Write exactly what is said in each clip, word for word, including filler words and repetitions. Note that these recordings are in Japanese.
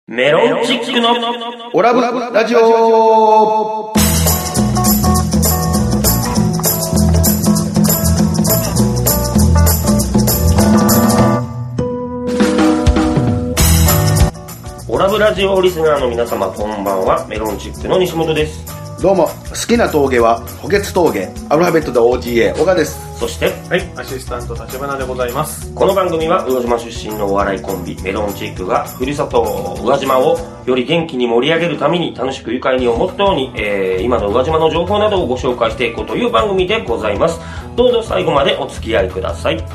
メロンチックのオラブラジオ。 オラブラジオリスナーの皆様、こんばんは。メロンチックの西本です。 どうも、好きな峠は補欠峠、アルファベットで オージーエー 岡です。 そしてはい、アシスタント立花でございます。 この番組は宇和島出身のお笑いコンビメロンチックがふるさと宇和島をより元気に盛り上げるために楽しく愉快にをモットーに、えー、今の宇和島の情報などをご紹介していこうという番組でございます。どうぞ最後までお付き合いください。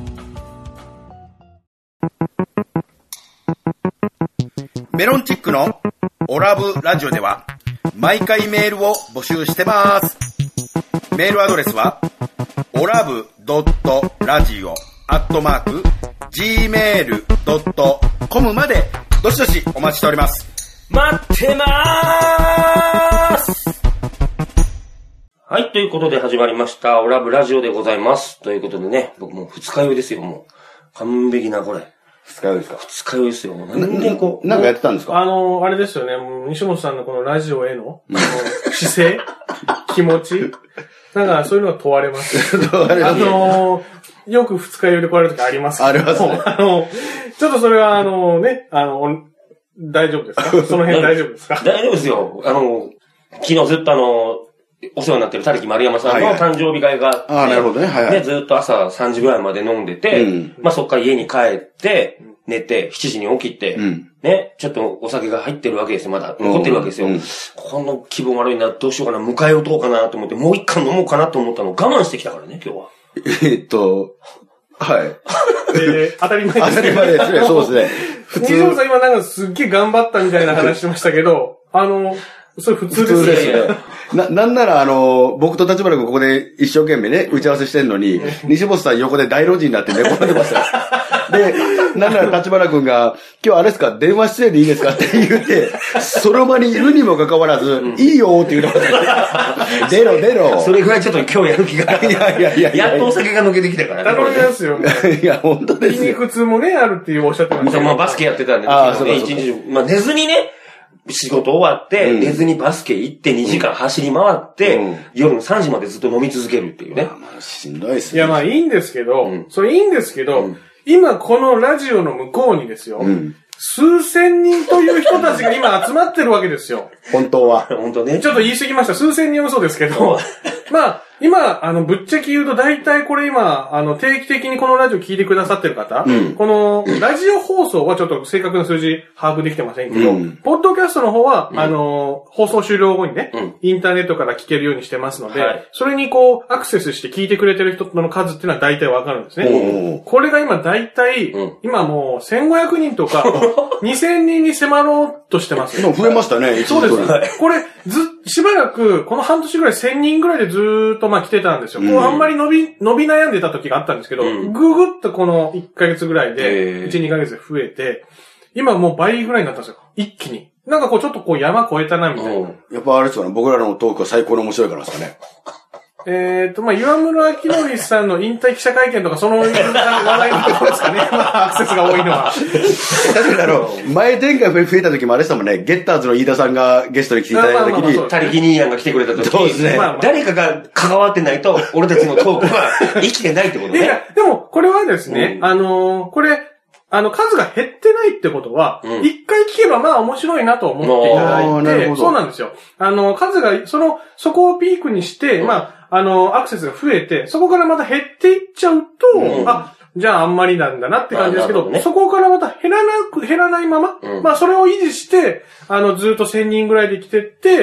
メロンチックのオラブラジオでは毎回メールを募集してます。メールアドレスはオラブドットラジオアットマーク ジーメールドットコム までどしどしお待ちしております。 待ってまーす。はい、ということで始まりましたオラブラジオでございます。ということでね、僕もう二日酔いですよ。もう完璧なこれ二日酔いですか？ 二日酔いですよ。なんでこうなんかやってたんですか？ あのあれですよね、西本さんのこのラジオへの姿勢気持ちなんかそういうのが問われます。 問われます。 あのよく二日酔いで来られる時ありますけど。 ありますね。 あのちょっとそれはあのね、あの大丈夫ですか？その辺大丈夫ですか？ 大丈夫ですよ。あの昨日ずっとあのお世話になってるたるき丸山さんの誕生日会があって、 ああ、なるほどね。はいはい。 で、ずっと朝さんじぐらいまで飲んでて、うん、まあそっから家に帰って、寝て、しちじに起きて、うん、ね、ちょっとお酒が入ってるわけですよ。まだ残ってるわけですよ。うん、この気分悪いな、どうしようかな、迎え撃とうかなと思って、もう一回飲もうかなと思ったのを我慢してきたからね、今日は。 えー、っと、はい。 えー、当たり前ですね。 当たり前ですね、そうですね。 普通。西本さん今なんかすっげえ頑張ったみたいな話してましたけど、あの、それ普通ですね。普通ですね。 な、なんならあの、僕と立花君ここで一生懸命ね、打ち合わせしてんのに、西本さん横で大の字になって寝転んでました。で、なんなら立花君が、今日あれですか、電話出演でいいですかって言って、その場にいるにもかかわらず、うん、いいよって言うのが、出ろ出ろ。 それぐらいちょっと今日やる気が。いやいやいや。やっとお酒が抜けてきたからね。 頼みますよ。 いや、本当ですよ。 筋肉痛もね、あるっていうおっしゃってました。 まあバスケやってたんで、 ああ、そうか。 一日中、まあ寝ずにね、仕事終わって、うん、寝ずにバスケ行ってにじかん走り回って、うん、夜のさんじまでずっと飲み続けるっていうね。 まあまあしんどいっすね。 いやまあいいんですけど、うん、それいいんですけど、うん、今このラジオの向こうにですよ、うん、数千人という人たちが今集まってるわけですよ。 本当は。 本当ね。 ちょっと言い過ぎました。数千人は嘘ですけど、まあ、今、あの、ぶっちゃけ言うと大体これ今、あの、定期的にこのラジオ聞いてくださってる方、うん、この、ラジオ放送はちょっと正確な数字把握できてませんけど、うん、ポッドキャストの方は、うん、あの、放送終了後にね、うん、インターネットから聞けるようにしてますので、はい、それにこう、アクセスして聞いてくれてる人の数っていうのは大体わかるんですね。これが今大体、うん、今もうせんごひゃくにんとか、にせんにんに迫ろうとしてます。 でも増えましたね、 そうです。これ、ず、しばらく、この半年ぐらいせんにんぐらいでずーっとまあ来てたんですよ。うん、こうあんまり伸び、伸び悩んでた時があったんですけど、うん、ぐぐっとこのいっかげつぐらいで、いち、にかげつで増えて、今もう倍ぐらいになったんですよ。一気に。なんかこうちょっとこう山越えたなみたいな。 やっぱあれですかね、僕らのトークが最高に面白いからですかね。 えっと、まあ、岩村明則さんの引退記者会見とか、その話題のところですかね。まあ、アクセスが多いのは。 確かにあの、前前回増えた時もあれでしたもんね、ゲッターズの飯田さんがゲストに来ていただいた時に、 タリキニーヤンが来てくれた時に、 そうですね。 誰かが関わってないと、俺たちのトークは生きてないってことね。いや、 でも、これはですね、うん、あのー、これ、あの、数が減ってないってことは、一、うん、回聞けばまあ面白いなと思っていただいて、そうなんですよ。あの、数が、その、そこをピークにして、うん、まあ、あの、アクセスが増えて、そこからまた減っていっちゃうと、うん、あ、じゃああんまりなんだなって感じですけど、ね、そこからまた減らなく、減らないまま、うん、まあそれを維持して、あの、ずっとせんにんぐらいで来てって、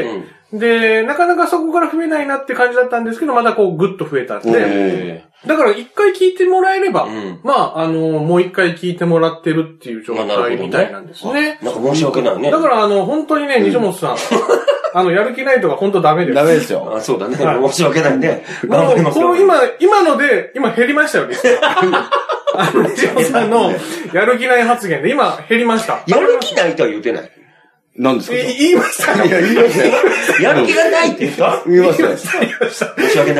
うん、で、なかなかそこから増えないなって感じだったんですけど、またこうグッと増えたんで、だから一回聞いてもらえれば、うん、まあ、あの、もう一回聞いてもらってるっていう状態みたいなんですね。 なんか申し訳ないね。 だからあの、本当にね、西本さん、あの、やる気ないとか本当ダメです。 ダメですよ。 あ、そうだね。はい、申し訳ないね。 頑張りますよ。この今、今ので、今減りましたよね。あの、西本さんのやる気ない発言で今減りました。 やる気ないとは言ってない。 何ですか？ 言いましたよ。いや、言いましたよ。 やる気がないって言った？ 言いましたよ。 申し訳ない。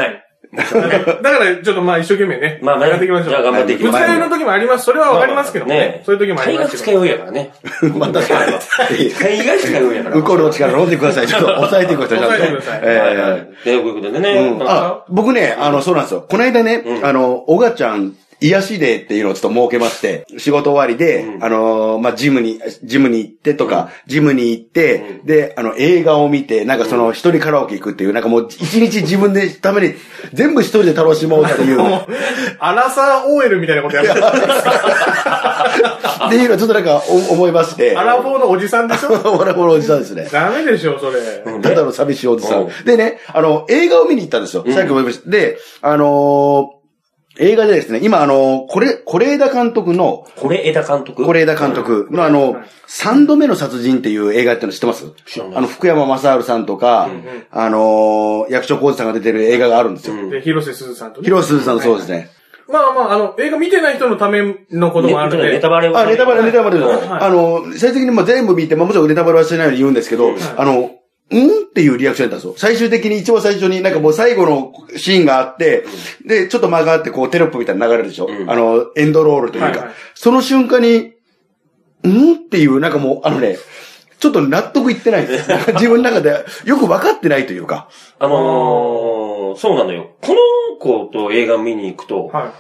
だからちょっとまあ一生懸命ね。まあまあやっていきましょう。 じゃあ頑張っていきましょう。 二日酔いの時もあります。それはわかりますけどね。そういう時もあります。 大概二日酔いやからね。 また大概二日酔いやから。 向こうの力飲んでください。ちょっと抑えてください。 抑えてください。 ええ。ということでね。 あ、僕ね、あの、そうなんですよ。この間ね、あの、おがちゃん、癒しデーっていうのをちょっと設けまして、仕事終わりで、うん、あのー、まあ、ジムに、ジムに行ってとか、うん、ジムに行って、うん、で、あの、映画を見て、なんかその、一人カラオケ行くっていう、なんかもう、一日自分でために、全部一人で楽しもうっていう。 アラサー オーエル みたいなことやってる。 っていうのをちょっとなんか思いまして。 アラフォーのおじさんでしょアラフォーのおじさんですね。 ダメでしょ、それ。 ただの寂しいおじさん。でね、あの、映画を見に行ったんですよ。さっき思いました。で、あのー、映画でですね、今あの、これ、是枝監督の、 是枝監督是枝監督のあの、三度目の殺人っていう映画っての知ってます？あの、福山雅治さんとか、あの、役所広司さんが出てる映画があるんですよ。 で、広瀬すずさんとね。 広瀬すずさんそうですね。 まあまあ、あの、映画見てない人のためのこともあるので。 ネタバレは。あ、ネタバレ、ネタバレ。あの、最終的にも全部見て、まあもちろんネタバレはしないように言うんですけど、あの、んっていうリアクションだったんですよ。最終的に一番最初になんかもう最後のシーンがあって、うん、で、ちょっと間があってこうテロップみたいな流れるでしょ、うん、あの、エンドロールというか。はいはい、その瞬間に、んっていうなんかもう、あのね、ちょっと納得いってないんです。自分の中でよく分かってないというか。 あのー、そうなのよ。この子と映画見に行くと、はい、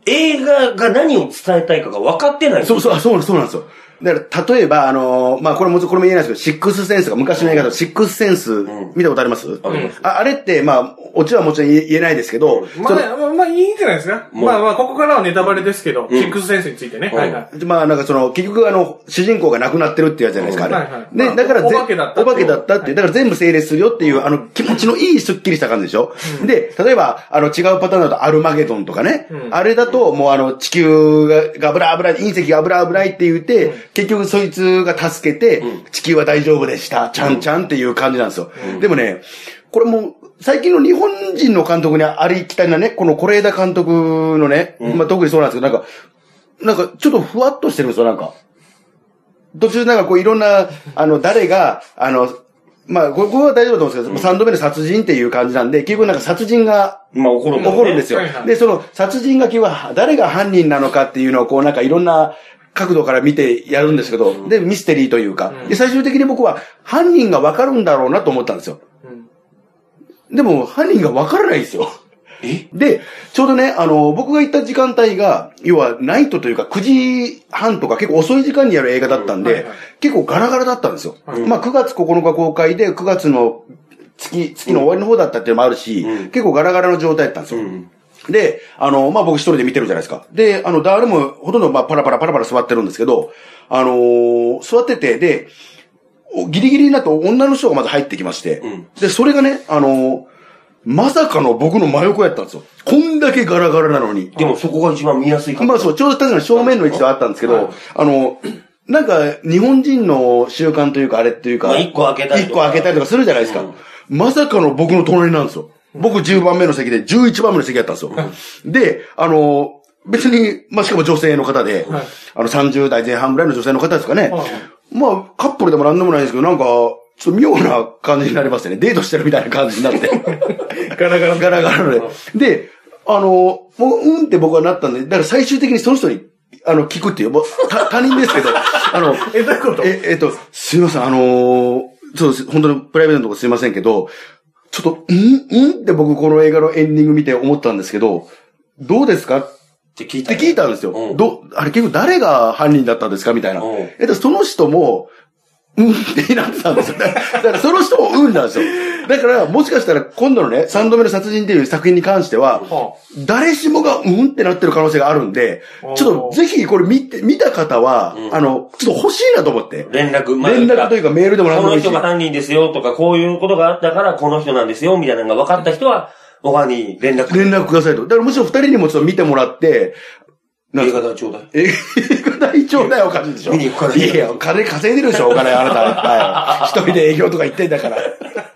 映画が何を伝えたいかが分かってない。 そうそう、そうそうなんですよ。だから、例えば、あのー、まあ、これも、これも言えないですけど、シックスセンスが、昔の映画だと、シックスセンス、見たことあります？うん、あ, あれって、まあ、オチはもちろん言えないですけど、うん、 まあ、まあ、まあ、いいんじゃないですか。まあまあ、ここからはネタバレですけど、うん、シックスセンスについてね。うん、はいはい。 まあ、なんかその、結局あの、主人公が亡くなってるってやつじゃないですか、あれ。はいはい。で、だから、 お化けだった。 お化けだったっていう、だから全部成立するよっていう、あの、気持ちのいいスッキリした感じでしょ、うん、で、例えば、あの、違うパターンだと、アルマゲドンとかね。うん、あれだと、もうあの、地球が、がブラブラ、隕石がブラブラって言って、うん、結局そいつ、が助けて、地球は大丈夫でした。ちゃんちゃんっていう感じなんですよ。うん、でもね、これも、最近の日本人の監督にありきたりなね、この是枝監督のね、うん、まあ特にそうなんですけど、なんか、なんかちょっとふわっとしてるんですよ、なんか。途中なんかこういろんな、あの、誰が、あの、まあ、ここは大丈夫だと思うんですけど、うん、さんどめの殺人っていう感じなんで、結局なんか殺人が、 まあ起こるんだね、 起こるんですよ。はいはい、で、その殺人が結局誰が犯人なのかっていうのをこうなんかいろんな、角度から見てやるんですけど、うん、で、ミステリーというか、うん、で、最終的に僕は犯人がわかるんだろうなと思ったんですよ。うん、でも、犯人がわからないんですよ。えで、ちょうどね、あの、僕が行った時間帯が、要はナイトというかくじはんとか結構遅い時間にやる映画だったんで、うんはいはい、結構ガラガラだったんですよ。うん、まあ、くがつここのか公開でくがつの月、月の終わりの方だったっていうのもあるし、うん、結構ガラガラの状態だったんですよ。うんで、あの、まあ、僕一人で見てるじゃないですか。で、あの、誰もほとんど、まあ、パラパラパラパラ座ってるんですけど、あのー、座ってて、で、ギリギリになって女の人がまず入ってきまして、うん、で、それがね、あのー、まさかの僕の真横やったんですよ。こんだけガラガラなのに。 でもそこが一番見やすいかまあそう、ちょうど確かに正面の位置ではあったんですけど、はい、あの、なんか、日本人の習慣というか、あれっていうか、 まあ、一個開けたりとか。 一個開けたりとかするじゃないですか。うん、まさかの僕の隣なんですよ。僕じゅうばんめの席でじゅういちばんめの席やったんですよ。うん、で、あの、別に、まあ、しかも女性の方で、はい、あのさんじゅうだいぜん半ぐらいの女性の方ですかね。はい、まあ、カップルでもなんでもないんですけど、なんか、ちょっと妙な感じになりましたね。デートしてるみたいな感じになって。 ガラガラ。 ガラガラで。で、あの、もう、うんって僕はなったんで、だから最終的にその人に、あの、聞くっていう、もう、た、他人ですけど、あの、 え、どういうことえ、えっと、すいません、あのー、そうです、本当にプライベートのとこすいませんけど、ちょっと、んんって僕この映画のエンディング見て思ったんですけど、どうですかって聞いた。 って聞いたんですよ。うん、ど、あれ結局誰が犯人だったんですかみたいな。えっと、その人も、うんってなってたんですよ。だからその人もうんなんですよ。だから、もしかしたら今度のね、三度目の殺人っていう作品に関しては、誰しもがうんってなってる可能性があるんで、ちょっとぜひこれ見て、見た方は、うん、あの、ちょっと欲しいなと思って。 連絡、まあ、 連絡というかメールでもなんでもいいし。 この人が犯人ですよとか、こういうことがあったからこの人なんですよみたいなのが分かった人は、他に連絡。 連絡くださいと。だからむしろ二人にもちょっと見てもらって、 映画代ちょうだい。 映画代ちょうだいお金でしょ。 見に行くから。 いやいや、金稼いでるでしょ、お金あなたは。一人で営業とか行ってんだから。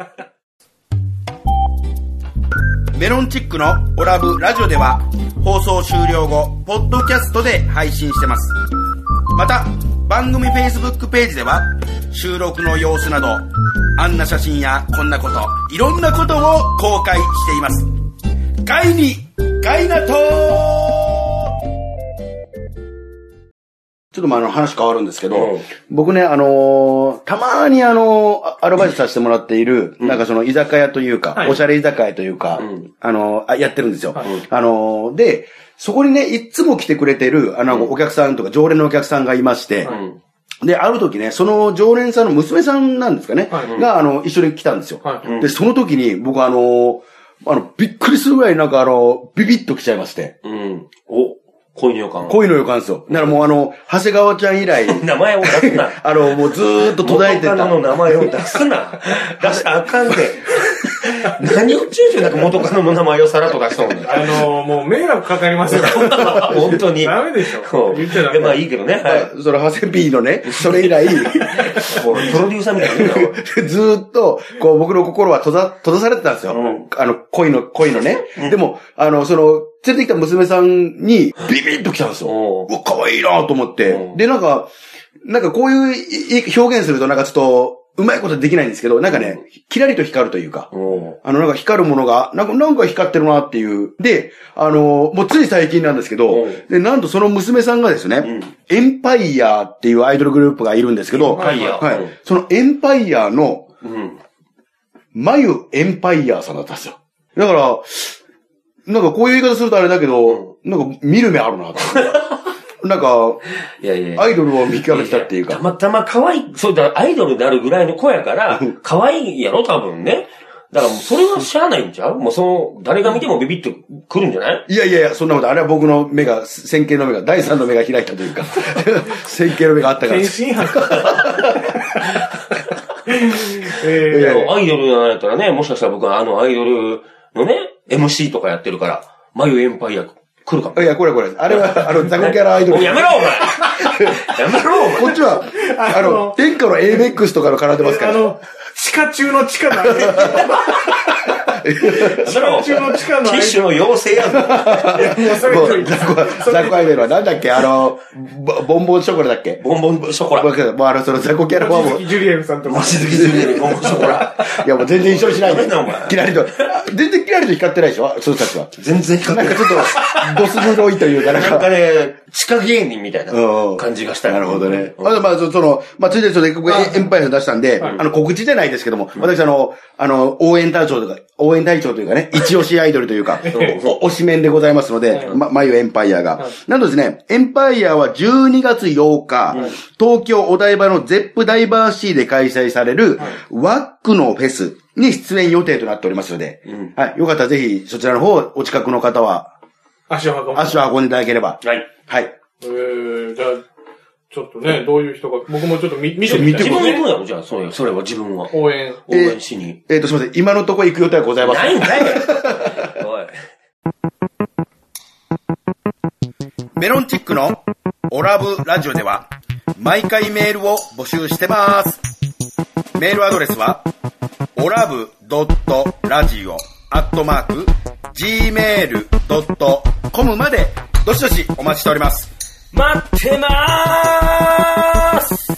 メロンチックのオラブラジオでは、放送終了後、ポッドキャストで配信してます。また、番組 Facebook ページでは、収録の様子など、あんな写真やこんなこと、いろんなことを公開しています。 ガイに、ガイナトーちょっとまあ、あの、話変わるんですけど、うん、僕ね、あのー、たまーにあのー、アルバイトさせてもらっている、うん、なんかその、居酒屋というか、はい、おしゃれ居酒屋というか、うん、あのー、やってるんですよ。はい、あのー、で、そこにね、いつも来てくれてる、あの、うん、お客さんとか、常連のお客さんがいまして、うん、で、ある時ね、その常連さんの娘さんなんですかね、はい、が、あの、一緒に来たんですよ。はい、で、その時に、僕あのー、あの、びっくりするぐらいなんかあの、ビビッと来ちゃいまして。 うん。お。恋の予感。 恋の予感ですよ。だからもうあの、長谷川ちゃん以来。 名前を出すな。 あの、もうずーっと途絶えてた。 元カノの名前を出すな。出したらあかんで。何を注意なんか元カノの名前をさらっと出したもんね。 あの、もう迷惑かかりますよ。 本当に。 ダメでしょ。言っちゃダメ。 まあいいけどね。はい。 その、長谷 P のね、それ以来。 プロデューサーみたいな。 ずーっと、こう僕の心は閉ざ、閉ざされてたんですよ。うん、あの、恋の、恋のね。うん、でも、あの、その、連れてきた娘さんにビビッと来たんですよ。うわ、可愛いなと思って。で、なんか、なんかこういう表現するとなんかちょっと、うまいことできないんですけど、なんかね、キラリと光るというか、あの、なんか光るものが、なんか、なんか光ってるなっていう。で、あの、もうつい最近なんですけど、で、なんとその娘さんがですね、うん、エンパイヤーっていうアイドルグループがいるんですけど、 エンパイヤー、 はい。そのエンパイヤーの、うん、マユエンパイヤーさんだったんですよ。だから、なんかこういう言い方するとあれだけど、なんか見る目あるなって。なんか、いやいやアイドルを見極めてたっていうか。 たまたま可愛い、そうだ、アイドルであるぐらいの子やから、可愛いやろ、多分ね。だからもうそれはしゃあないんちゃうもうその、誰が見てもビビッと来るんじゃないいやいやいや、そんなこと、あれは僕の目が、線形の目が、第三の目が開いたというか、線形の目があったから。 天津飯えー、アイドルなんやったらね、もしかしたら僕はあのアイドルのね、エムシー とかやってるから、マユエンパイア来るかも。 いや、これこれ。あれは、あの、ザコキャラアイドル。 やめろお前やめろお前こっちは、あの、天下の エーベックス とかの絡んでますから。 あの、地下中の地下のアイドル。地下中の地下のアイドル。 ティッシュの妖精やん。 もうザコアイドルはなんだっけあの、ボンボンショコラだっけボンボンショコラ。 もうあの、そのザコキャラはもう。 望月ジュリエルさんと望月ジュリエル、ボンボンショコラ。 いやもう全然一緒にしないで。キラリと。全然キラリと光ってないでしょその人たちは。 全然光ってない。 なんかちょっと、ドス黒いというかなんか。 なんかね、地下芸人みたいな感じがした。 なるほどね。あとまあ、その、まあ、ついでそれでエンパイア出したんで、あの、告知じゃないですけども、私あの、あの、応援隊長とか、応援隊長というかね、一押しアイドルというか、推しメンでございますので、ま、マユエンパイアが。なんとですね、エンパイアはじゅうにがつようか、東京お台場のゼップダイバーシーで開催される、ワックのフェスに出演予定となっておりますので、はい、よかったらぜひそちらの方、お近くの方は、 足を運んで。 足を運んでいただければ。 はい。 はい。 えー、じゃあ、ちょっとね、どういう人が、僕もちょっと見、見てみたい。自分行くんやろじゃあ、それ、それは自分は。 応援。 応援しに。 えっと、すみません。今のところ行く予定はございません。 ないんかいおい。 メロンチックのオラブラジオでは、毎回メールを募集してます。メールアドレスは、オラブドットラジオアットマーク、ジーメールドットコム まで、どしどしお待ちしております。 待ってまーす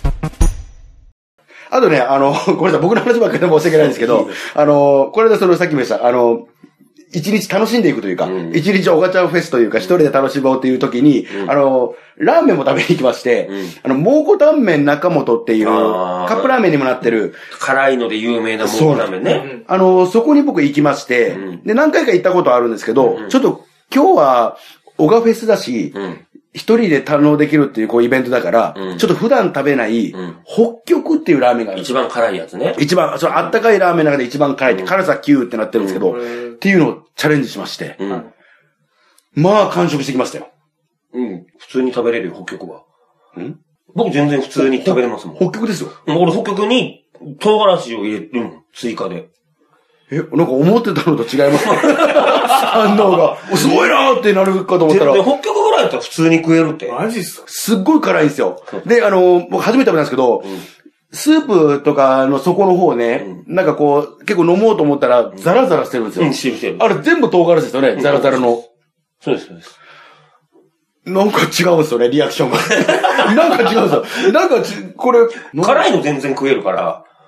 あとね、あの、ごめんなさい、僕の話ばっかりで申し訳ないんですけど、あの、これでそのさっきも言いました、あの、一日楽しんでいくというか、一、うん、日おがちゃんフェスというか、一人で楽しもうっていう時に、うん、あの、ラーメンも食べに行きまして、うん、あの、蒙古タンメン中本っていう、カップラーメンにもなってる。 辛いので有名な蒙古タンメンね。 あの、そこに僕行きまして、うん、で、何回か行ったことあるんですけど、うん、ちょっと今日は、オガフェスだし、うん一人で堪能できるっていうこうイベントだから、うん、ちょっと普段食べない、うん、北極っていうラーメンがある。 一番辛いやつね。 一番、そのあったかいラーメンの中で一番辛いって、うん、辛さきゅうってなってるんですけど、うん、っていうのをチャレンジしまして、うん、まあ完食してきましたよ。 うん。普通に食べれるよ、北極は。ん僕全然普通に食べれますもん。 北極ですよ。 俺北極に唐辛子を入れるの、追加で。 え、なんか思ってたのと違います反応が。すごいなーってなるかと思ったら。 北極ぐらいだったら普通に食えるって。 マジっすか？ すっごい辛いんですよ。で、あの、僕初めて食べたんですけど、うん、スープとかの底の方ね、うん、なんかこう、結構飲もうと思ったら、ザラザラしてるんですよ。 うん、してるしてる。 あれ全部唐辛子ですよね、ザラザラの。 そうです、そうです。 なんか違うんですよね、リアクションが。なんか違うんですよ。なんかち、これ。 辛いの全然食えるから、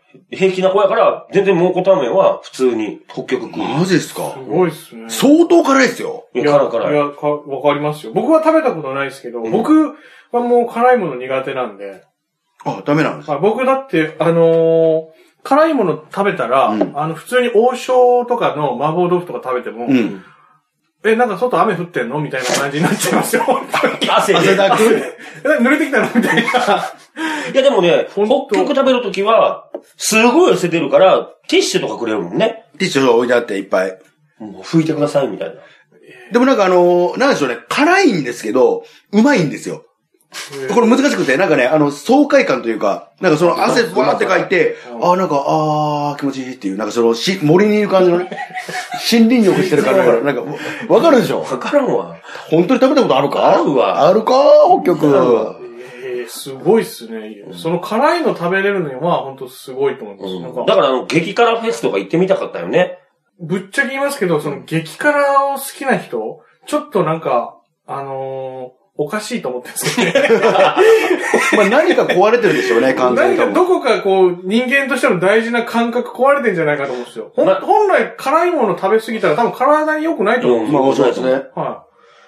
平気な子やから、全然蒙古タンメンは普通に北極食う。 マジですか？ すごいっすね。 相当辛いですよ。 いや、辛い辛い。 いや、か、わかりますよ。僕は食べたことないですけど、うん、僕はもう辛いもの苦手なんで。 あ、ダメなんですか？ 僕だって、あのー、辛いもの食べたら、うん、あの、普通に王将とかの麻婆豆腐とか食べても、うん、え、なんか外雨降ってんのみたいな感じになっちゃいますよ。 汗汗だく濡れてきたのみたいな。 いやでもね、北極食べるときは、すごい痩せてるから、ティッシュとかくれるもんね。 ティッシュ置いてあっていっぱい。 もう拭いてくださいみたいな。 でもなんかあのー、なんでしょうね、辛いんですけど、うまいんですよ。これ難しくて、なんかね、あの、爽快感というか、なんかその汗バーってかいて、ああ、なんか、ああ、気持ちいいっていう、なんかその、し、森にいる感じのね、森林浴してる感じが、なんか、わかるでしょ？ わからんわ。 本当に食べたことあるか？ あるわ。 あるか北極。 えー、すごいっすね。その辛いの食べれるのは、本当すごいと思います。うん、なんかだからあの、激辛フェスとか行ってみたかったよね。 ぶっちゃけ言いますけど、その激辛を好きな人、ちょっとなんか、あのー、おかしいと思ってるんですよね。 まあ何か壊れてるでしょうね、完全に。 何かどこかこう、人間としての大事な感覚壊れてんじゃないかと思うんですよ。ほん、ま、本来辛いもの食べ過ぎたら多分体に良くないと思うんですよ。 まあそうですね。 はい。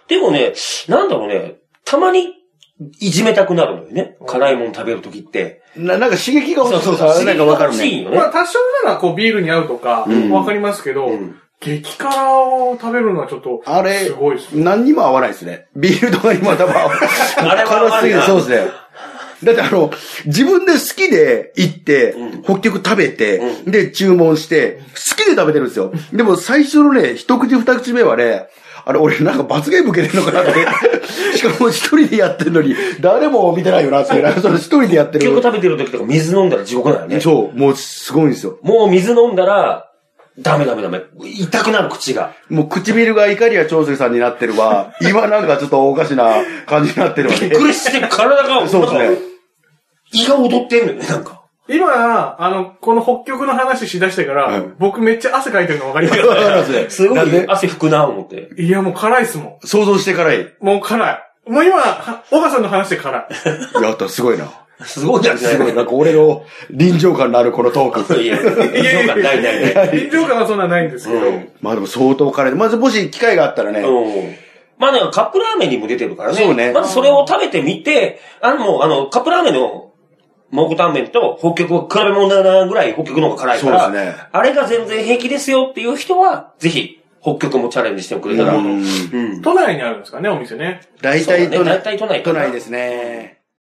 でもね、なんだろうね、たまにいじめたくなるのよね。辛いもの食べるときって。 な、なんか刺激が欲しい。 そうそうそう。 なんかわかるね。 まあ多少ならこうビールに合うとか、わかりますけど、うんうん激辛を食べるのはちょっと、あれ、すごいですね。 何にも合わないですね。ビールとかにも多分合わない。 あれは合わない。 そうですね。だってあの、自分で好きで行って、うん、北極食べて、うん、で、注文して、好きで食べてるんですよ。でも最初のね、一口二口目はね、あれ、俺なんか罰ゲーム受けてんのかなって。しかも一人でやってるのに、誰も見てないよなって。それ一人でやってる。 北極食べてる時とか水飲んだら地獄だよね。 そう、もうすごいんですよ。 もう水飲んだら、ダメダメダメ。痛くなる口が。 もう唇がイカリア長生さんになってるわ。今なんかちょっとおかしな感じになってるわね。 びっくりして体が、 そうですね。 胃が踊ってんのよね、なんか。 今、あの、この北極の話しだしてから、はい、僕めっちゃ汗かいてるの分かりますわかりますね。 すごい汗拭くな、思って。 いや、もう辛いっすもん。想像して辛い。 もう辛い。もう今、小川さんの話で辛い。 やった、すごいな。 すごいじゃん、 すごい。なんか俺の臨場感のあるこのトーク。 いや、臨場感ないないない。 臨場感はそんなないんですけど。うん、 まあでも相当辛い。まずもし機会があったらね。 うん、まあね、カップラーメンにも出てるからね。 そうね。 まずそれを食べてみて、あの、あの、カップラーメンの蒙古タンメンと北極を比べ物だなぐらい北極の方が辛いから。そうですね。あれが全然平気ですよっていう人は、ぜひ、北極もチャレンジしてくれたら。うん。 うん、都内にあるんですかね、お店ね。 大体都内。 大体都内かな。 都内ですね。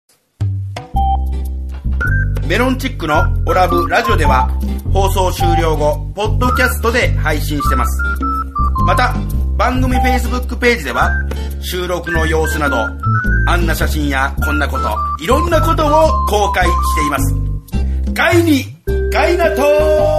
メロンチックのオラブラジオでは放送終了後、ポッドキャストで配信してます。また、番組 Facebook ページでは収録の様子など、あんな写真やこんなこと、いろんなことを公開しています。ガイに、ガイナト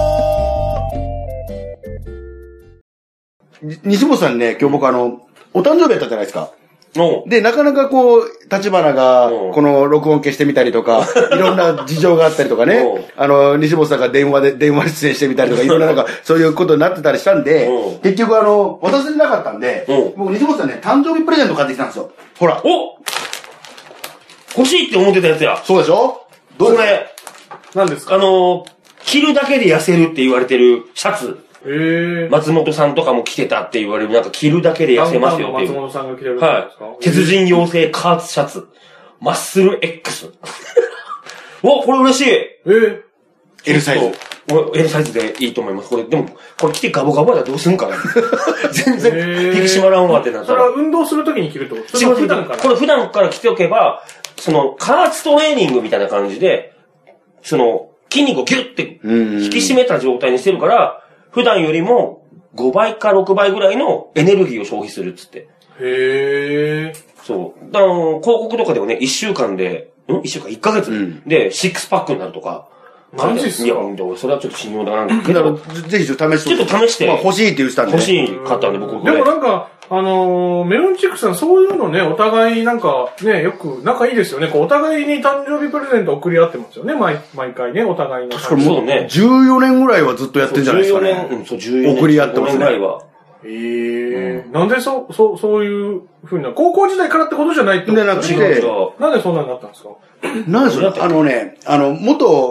ー西本さんね、今日僕あの、お誕生日やったじゃないですか。で、なかなかこう、立花が、この録音消してみたりとか、いろんな事情があったりとかね、あの、西本さんが電話で、電話出演してみたりとか、いろんななんか、そういうことになってたりしたんで、結局あの、渡せてなかったんで、僕西本さんね、誕生日プレゼント買ってきたんですよ。ほら。 お欲しいって思ってたやつや。 そうでしょどうこれ。 何ですか？ あの、着るだけで痩せるって言われてるシャツ。 へ松本さんとかも着てたって言われる、なんか着るだけで痩せますよっていう。 松本さんが着てるんですか？ はい。鉄人養成カーツシャツ。マッスル X。お、これ嬉しい。 えー、 L サイズ。 L サイズでいいと思います。これ、でも、これ着てガボガボだったらどうすんかな全然、引き締まらんわってなったら。 それは運動するときに着るってこと？それ普段から。 これ普段から着ておけば、その、加圧トレーニングみたいな感じで、その、筋肉をギュッて引き締めた状態にしてるから、普段よりもごばいかろくばいぐらいのエネルギーを消費するっつって。 へー。 そう。だから広告とかでもね、いっしゅうかんで、ん ?いっ 週間、いっかげつでシックスパックになるとか。 マジっすか？ いや、それはちょっと信用ならないけど。 ぜひちょっと試して。 ちょっと試して。 まあ欲しいって言ってたんで。 欲しいかったんで僕でもなんか、あのー、メロンチックさんそういうのね、お互いなんかね、よく仲いいですよね。こうお互いに誕生日プレゼント送り合ってますよね。毎毎回ね、お互いの。 確かにもうね。じゅうよねんぐらいはずっとやってんじゃないですかね。 じゅうよねん、うん、そう、じゅうよねん。 送り合ってますね。 ぐらいは。 ええーうん、なんでそ、そ、そういうふうな、高校時代からってことじゃないってことでなくて、 なんでそんなになったんですか？ なんでしょう、あのね、あの、元、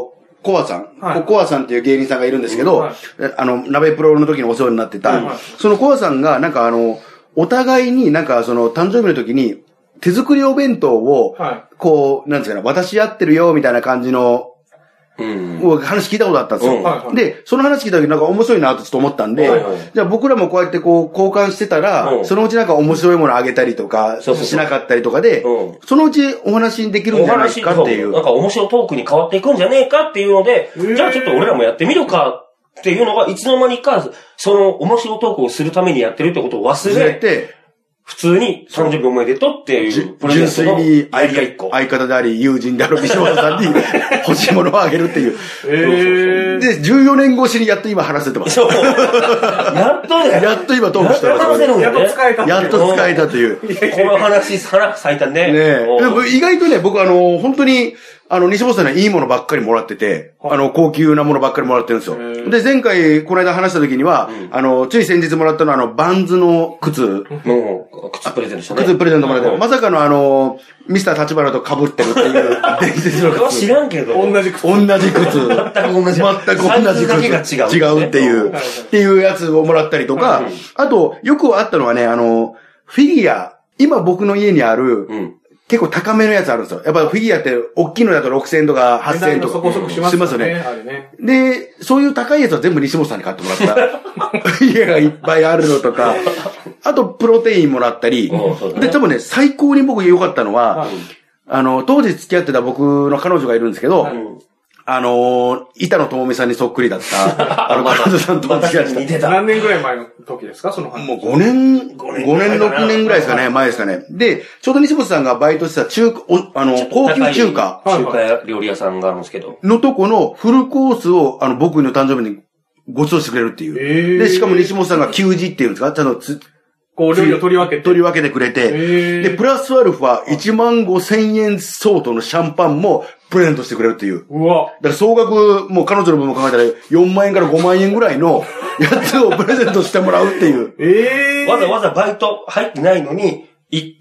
コアさん、はい、コアさんっていう芸人さんがいるんですけど、はい、あの、鍋プロの時にお世話になってた、はい、そのコアさんが、なんかあの、お互いになんかその誕生日の時に手作りお弁当を、こう、なんですかね、私やってるよ、みたいな感じの、うん、話聞いたことあったんですよ。うん、で、その話聞いた時なんか面白いなとちょっと思ったんで、はいはい、じゃあ僕らもこうやってこう交換してたら、うん、そのうちなんか面白いものあげたりとか、しなかったりとかで、うん、そのうちお話にできるんじゃないかっていう。 なんか面白いトークに変わっていくんじゃねえかっていうので、じゃあちょっと俺らもやってみるかっていうのが、いつの間にか、その面白いトークをするためにやってるってことを忘れて、普通に誕生日おめでとうっていうプレゼントのアイディア一個。 相方であり、友人である西本さんに欲しいものをあげるっていう。えー、で、じゅうよねん越しにやっと今話せてます。 やっとね。 やっと今トークしてます。 やっと使えた。 やっと使えたという。 この話、花咲いたね。 ねでも意外とね、僕あの、本当に、あの、西本さんにはいいものばっかりもらってて、はい、あの、高級なものばっかりもらってるんですよ。で、前回、この間話した時には、うん、あの、つい先日もらったのは、あの、バンズの靴。 の、靴プレゼントしたね。 靴プレゼントもらって、まさかのあの、ミスター立花と被ってるっていう伝説の靴。 知らんけど。 同じ靴。 同じ靴。全く同じ。 全く同じ靴。違う。違うっていう、っていうやつをもらったりとか、あと、よくあったのはね、あの、フィギュア、今僕の家にある、うん結構高めのやつあるんですよ。やっぱフィギュアって大きいのだとろくせんえんとかはっせんえんとか。 そこそこしますよね。 あれね。で、そういう高いやつは全部西本さんに買ってもらった。フィギュアがいっぱいあるのとか、あとプロテインもらったり、で、多分ね、最高に僕良かったのは、あの、当時付き合ってた僕の彼女がいるんですけど、あのー、板野友美さんにそっくりだった、あの、彼女さんと付き合ってた。 何年ぐらい前の時ですかその話。もうごねん、ごねん、ろくねんぐらいですかね、前ですかね。で、ちょうど西本さんがバイトしてた中華、あの、高級中華。 中華料理屋さんがあるんですけど。 のとこのフルコースを、あの、僕の誕生日にご馳走してくれるっていう。えー、で、しかも西本さんが給仕っていうんですかちゃんとつ、 こう、料理を取り分けて。 取り分けてくれて。で、プラスアルファいちまんごせんえん相当のシャンパンもプレゼントしてくれるっていう。 うわ。 だから総額、もう彼女の分も考えたらよんまんえんからごまんえんぐらいのやつをプレゼントしてもらうっていう。 ええー。わざわざバイト入ってないのに行って、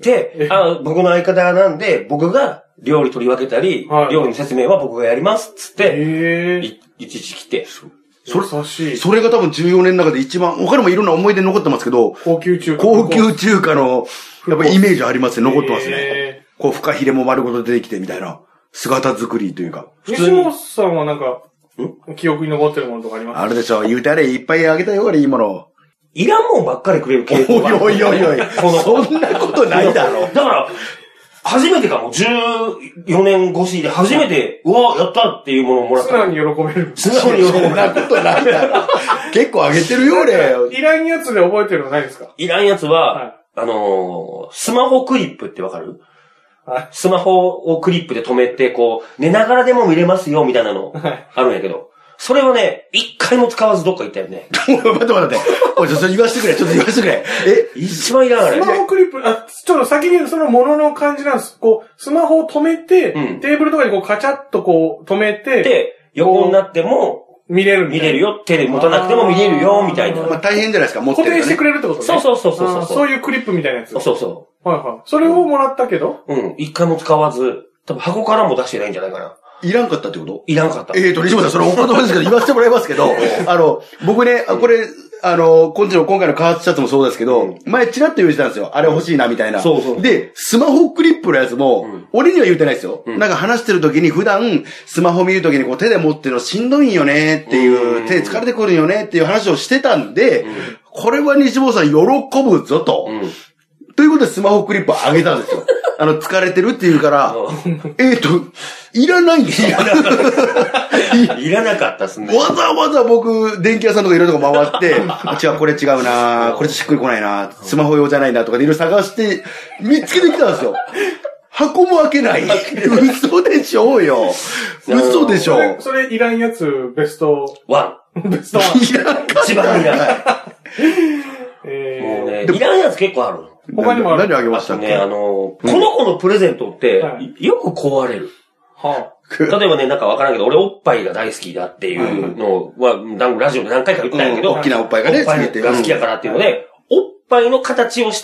あ、僕の相方なんで、僕が料理取り分けたり、はい、料理の説明は僕がやりますっつって、えー、い、いちいち来て。 それ、それが多分じゅうよねんの中で一番、他にもいろんな思い出残ってますけど、 高級中華。 高級中華の、やっぱりイメージありますね、残ってますね。えー、こう、フカヒレも丸ごと出てきてみたいな、姿作りというか。 西本さんはなんか、ん記憶に残ってるものとかありますか？ あるでしょ、言うてあれ、いっぱいあげたよ、あれ、いいもの。 いらんもんばっかりくれる傾向が。 おいおいおいおい。そんなことないだろ。 だから、初めてかも、じゅうよねん越しで初めて、うわ、やったっていうものをもらった。 素直に喜べる。 素直に喜べる。 そんなことないだろ。結構あげてるよ、俺。 いらんやつで覚えてるのないですか？ いらんやつは、はい、あのー、スマホクリップってわかる？はい、スマホをクリップで止めて、こう、寝ながらでも見れますよ、みたいなの、あるんやけど。それをね、一回も使わずどっか行ったよね。 待って待って待って。おい、ちょっと言わせてくれ。ちょっと言わせてくれ。え一番いらんあれ。 スマホクリップ、あ、ちょっと先にそのものの感じなんです。こう、スマホを止めて、うん、テーブルとかにこうカチャッとこう止めて、 で、横になっても、 見れる見れるよ。手で持たなくても見れるよ、みたいな。 まあ大変じゃないですか、持ってる、 ね。固定してくれるってことね。 そうそうそうそう。 そういうクリップみたいなやつ。 そうそう。 はいはい。それをもらったけどうん。一回も使わず、多分箱からも出してないんじゃないかな。 いらんかったってこと？ いらんかった。 えーと、西本さん、それお言葉ですけど、言わせてもらいますけど、あの、僕ね、これ、あの、今回の今回のカーツシャツもそうですけど、うん、前チラッと言ってたんですよ。あれ欲しいな、みたいな。 そうそう。 で、スマホクリップのやつも、うん、俺には言ってないですよ。うん、なんか話してる時に普段、スマホ見る時にこう手で持ってるのしんどいんよねっていう、うん、手疲れてくるよねっていう話をしてたんで、うん、これは西本さん喜ぶぞと。うんということでスマホクリップあげたんですよ。あの、疲れてるって言うから、えっと、いらないんですよ。 いらなかったっすね。 わざわざ僕、電気屋さんとかいろいろとこ回って、違う、これ違うなこれしっくりこないなスマホ用じゃないなとかでいろいろ探して、見つけてきたんですよ。箱も開けない。嘘でしょうよ。嘘でしょ。 それ、それいらんやつ、ベストワン。ベストワン。 いらんか。 一番いらない。えー、もうね、いらんやつ結構ある。 他にもある。 何あげましたっけ？ ね、あの、この子のプレゼントって、よく壊れる。はあ、例えばね、なんかわからんけど、俺おっぱいが大好きだっていうのは、ラジオで何回か言ったんやけど、 大きなおっぱいがね、 おっぱいが好きやからっていうので、おっぱいの形をした、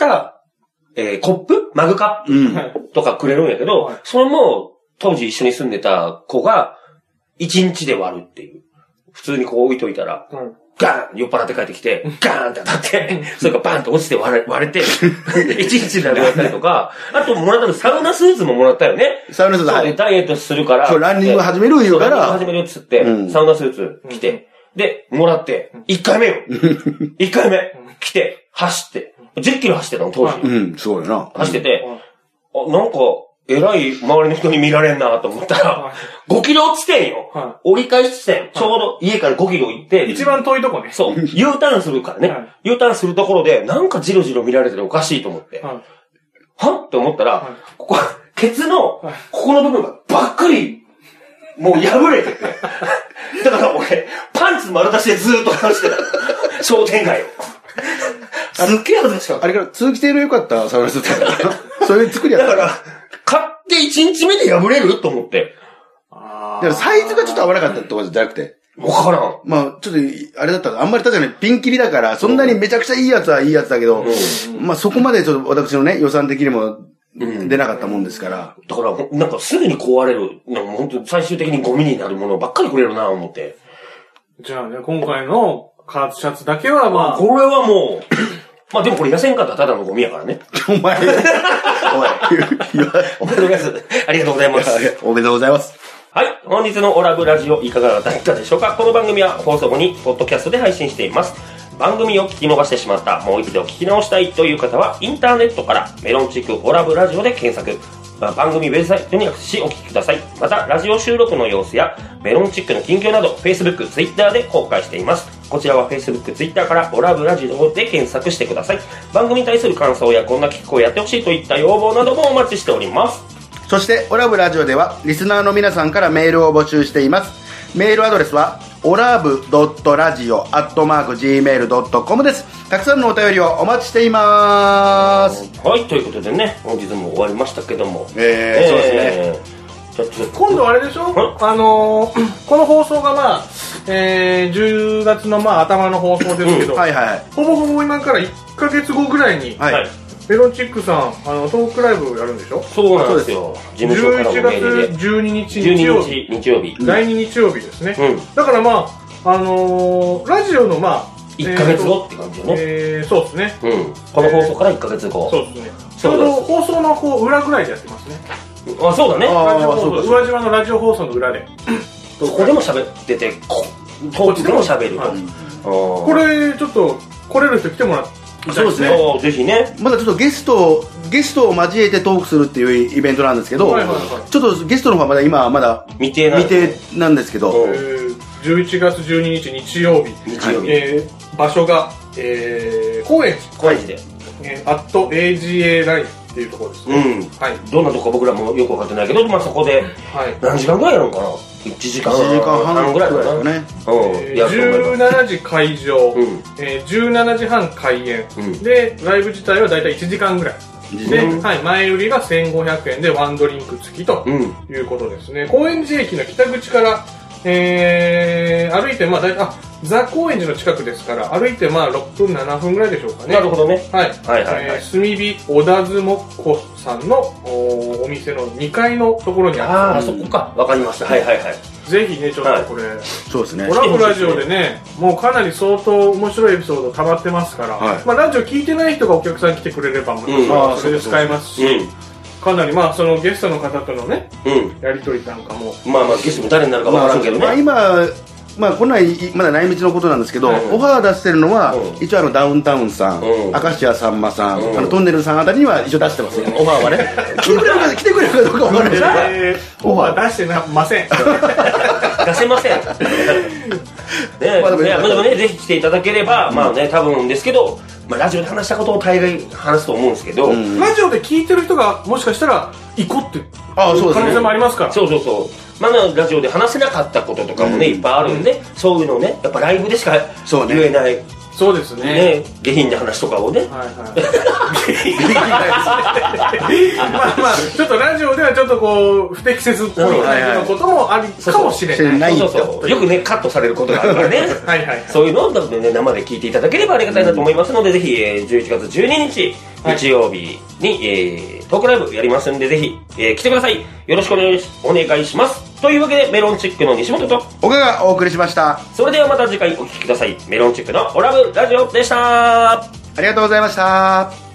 えー、コップマグカップとかくれるんやけど、それも、当時一緒に住んでた子が、 いちにちで割るっていう。普通にこう置いといたら、うん、ガーン酔っ払って帰ってきて、ガーンって当たって、それがバーンと落ちて割れ、割れて、いちにちでなくなったりとか、あともらったのサウナスーツももらったよね。 サウナスーツ、 はい。ダイエットするから。 そう、ランニング始める言うから。 ランニング始めるっつって、うん、サウナスーツ着て、で、もらって、いっかいめよ。いっかいめ、来て、走って、じゅっキロ走ってたの、当時。 うん、そうよな。 走ってて、あ、なんか、えらい周りの人に見られんなと思ったら、ごキロ地点よ。はい、折り返し地点。ちょうど家からごキロ行って。 一番遠いとこね。 そう。U ターンするからね。はい、U ターンするところで、なんかじろじろ見られてておかしいと思って。はい、はって思ったら、はい、ここ、ケツの、ここの部分がばっくり、もう破れてて。だから俺、パンツ丸出しでずーっと話してた。商店街を。すっげえ恥ずかしかった。 あれから通気性の良かったサウナスーツ。そういう作りやった。 だから、買っていちにちめで破れると思って。 ああ。サイズがちょっと合わなかったってことじゃなくて。 わからん。 まあ、ちょっと、あれだったら、あんまり確かにピンキリだから、そんなにめちゃくちゃいいやつはいいやつだけど、うん、まあそこまでちょっと私のね、予算的にも出なかったもんですから。 うん、だから、なんかすぐに壊れる、なんか本当最終的にゴミになるものばっかりくれるなと思って。 じゃあね、今回のカーツシャツだけはまあ。 これはもう、まあでもこれ痩せんかったらただのゴミやからね。 お前、お前、 おめでとうございます。ありがとうございます。 おめでとうございます。 はい。本日のオラブラジオいかがだったでしょうか。この番組は放送後にポッドキャストで配信しています。番組を聞き逃してしまった、もう一度聞き直したいという方は、インターネットからメロンチックオラブラジオで検索。番組ウェブサイトにアクセスしお聞きください。また、ラジオ収録の様子やメロンチックの近況など、Facebook、Twitter で公開しています。こちらは Facebook、Twitter からオラブラジオで検索してください。番組に対する感想やこんな企画をやってほしいといった要望などもお待ちしております。 そして、オラブラジオでは、リスナーの皆さんからメールを募集しています。メールアドレスは、オラブドットラジオアットマークジーメールドットコム です。たくさんのお便りをお待ちしています。 はい、ということでね、本日も終わりましたけども。 えー、えー、 そうですね。今度あれでしょ、あのー、この放送がまあ、えー、じゅうがつのまあ頭の放送ですけど、うん、はいはい、ほぼほぼ今からいっかげつごぐらいに、はい、メロンチックさん、あの、トークライブをやるんでしょ。 そうなんですよ。 事務所からもメールで。じゅういちがつじゅうににち日曜日。 日曜日。 だいに日曜日ですね。うん、だからまあ、あのー、ラジオのまあ、 いっかげつごって感じよね。 えー、そうですね。 うん。この放送からいっかげつご。 そうですね。ちょうど放送のこう裏ぐらいでやってますね。 あ、そうだね。 ラジオ放送、宇和島のラジオ放送の裏で。 そこでも喋ってて、こっちでも喋ると。 これ、ちょっと、来れる人来てもらって、 そうですね。 ぜひね。 まだちょっとゲスト、ゲストを交えてトークするっていうイベントなんですけど、はいはいはい、ちょっとゲストの方はまだ今はまだ未定なんです、なんですけど、 えー、じゅういちがつじゅうににち日曜日、 日曜日、 えー、場所が、えー、高円寺、 高円寺で、 えー、アット エージーエー ラインっていうところですね。うん。 はい。どんなとこか僕らもよくわかってないけど、まあそこで、何時間ぐらいやるのかな。いちじかんはんぐらいかな。ね。 うん。じゅうしちじ会場、うん、えー、じゅうしちじはん開演、うん、で、ライブ自体はだいたいいちじかんぐらい。で、うん、はい、前売りがせんごひゃくえんでワンドリンク付きということですね。うん、高円寺駅の北口から、えー、歩いて、まあ、だいたい、あ、ザ・高円寺の近くですから、歩いてまあろっぷん、ななふんぐらいでしょうかね。 なるほどね。 はい。はいはい、はいえー、炭火小田津もっこさんの お, お店のにかいのところにある。 ああ、そこか。わかりました。はいはいはい。 ぜひね、ちょっとこれ、はい、 そうですね。 オラブラジオでね、もうかなり相当面白いエピソード溜まってますから、はい、まあラジオ聞いてない人がお客さん来てくれれば、またそれで使えますし、うん、かなりまあそのゲストの方とのね、うん、やりとりなんかも。 まあまあゲストも誰になるかわからんけどね。 まあ今、まあ、こんなんまだ内密のことなんですけど、はい、オファー出してるのは、うん、一応あのダウンタウンさん、うん、明石家さんまさん、うん、あのトンネルさんあたりには一応出してますよ、オファーはね。来てくれるか来てくれるかどうかわからないですけど、 えー、オファー出してません。 出せません。ね、まあ、でもね、でもね、ぜひ来ていただければ、うん、まあね、多分ですけど、まあ、ラジオで話したことを大概話すと思うんですけど、うん、 ラジオで聞いてる人がもしかしたら行こうって可能性もありますから。 そうそうそう。まだラジオで話せなかったこととかもね、うん、いっぱいあるんで、そういうのをね、やっぱライブでしか言えない。 そうですね。 ね、下品な話とかをね。はいはい。まあまあ、ちょっとラジオではちょっとこう、不適切っぽい感じのこともあるかもしれない。 そうそうそう。よくね、カットされることがあるからね。はいはい。そういうのをね、生で聞いていただければありがたいなと思いますので、ぜひ、じゅういちがつじゅうににち、 日曜日に、えー、トークライブやりますんで、ぜひ、えー、来てください。よろしくお願いし、お願いします。というわけで、メロンチックの西本と、 岡がお送りしました。 それではまた次回お聞きください。メロンチックのオラブラジオでした。 ありがとうございました。